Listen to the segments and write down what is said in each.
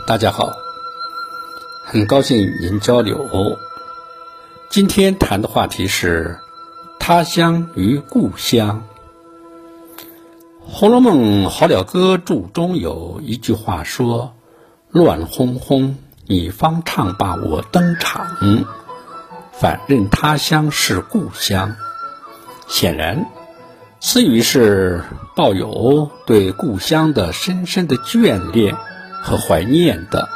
大家好，很高兴与您交流。今天谈的话题是他乡与故乡。《红楼梦·好了歌注》中有一句话说：乱哄哄，你方唱罢我登场，反认他乡是故乡。显然此语是抱有对故乡的深深的眷恋和怀念的。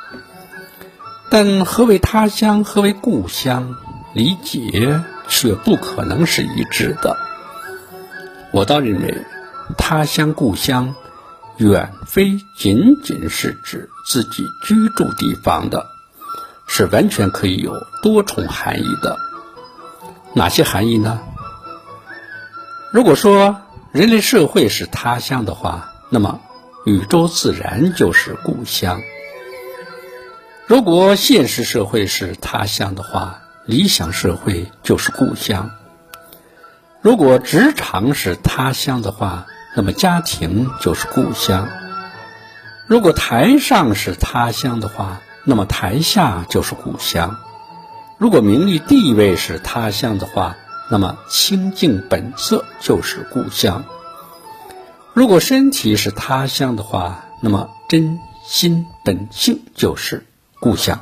但何为他乡，何为故乡，理解却不可能是一致的。我倒认为他乡故乡远非仅仅是指自己居住地方的，是完全可以有多重含义的。哪些含义呢？如果说人类社会是他乡的话，那么宇宙自然就是故乡。如果现实社会是他乡的话，理想社会就是故乡。如果职场是他乡的话，那么家庭就是故乡。如果台上是他乡的话，那么台下就是故乡。如果名利地位是他乡的话，那么清净本色就是故乡。如果身体是他乡的话，那么真心本性就是故乡。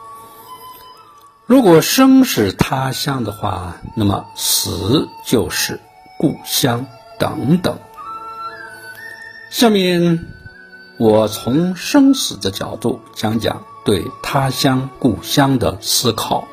如果生是他乡的话，那么死就是故乡等等。下面我从生死的角度讲讲对他乡故乡的思考。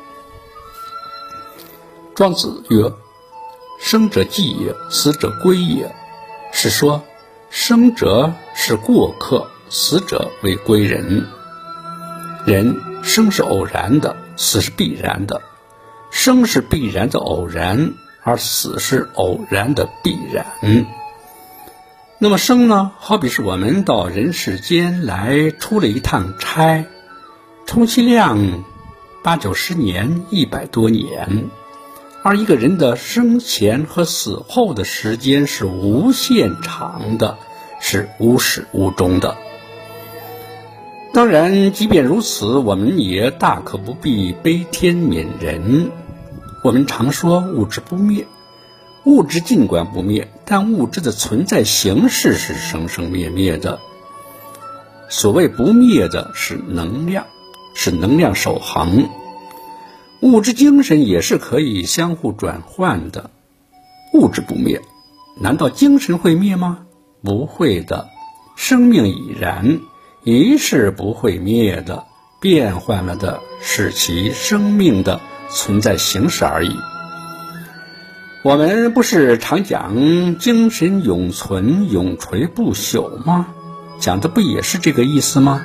庄子曰：生者继也，死者归也。是说生者是过客，死者为归人。人生是偶然的，死是必然的。生是必然的偶然，而死是偶然的必然。那么生呢，好比是我们到人世间来出了一趟差，充其量80-90年，100多年。而一个人的生前和死后的时间是无限长的，是无始无终的。当然即便如此，我们也大可不必悲天悯人。我们常说物质不灭，物质尽管不灭，但物质的存在形式是生生灭灭的。所谓不灭的是能量，是能量守恒。物质精神也是可以相互转换的。物质不灭，难道精神会灭吗？不会的。生命已然，一是不会灭的，变换了的是其生命的存在形式而已。我们不是常讲精神永存，永垂不朽吗？讲的不也是这个意思吗？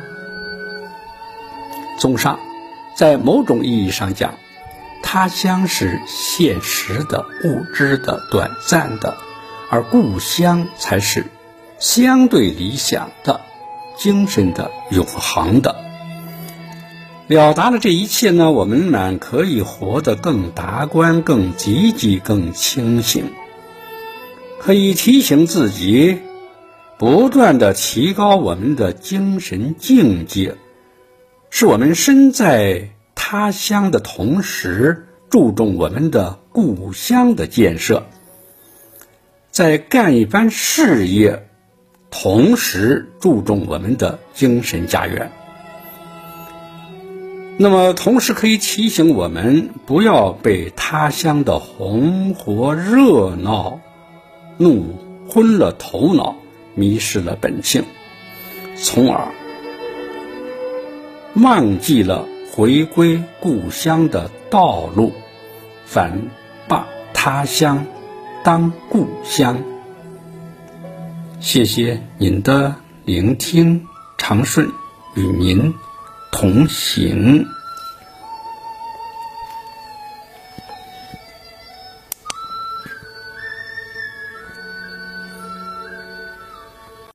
综上，在某种意义上讲，他乡是现实的、物质的、短暂的，而故乡才是相对理想的、精神的、永恒的。了达了这一切呢，我们满可以活得更达观、更积极、更清醒，可以提醒自己，不断地提高我们的精神境界，使我们身在他乡的同时，注重我们的故乡的建设，在干一番事业，同时注重我们的精神家园。那么同时可以提醒我们，不要被他乡的红火热闹弄昏了头脑，迷失了本性，从而忘记了回归故乡的道路，反把他乡当故乡。谢谢您的聆听，长顺与您同行。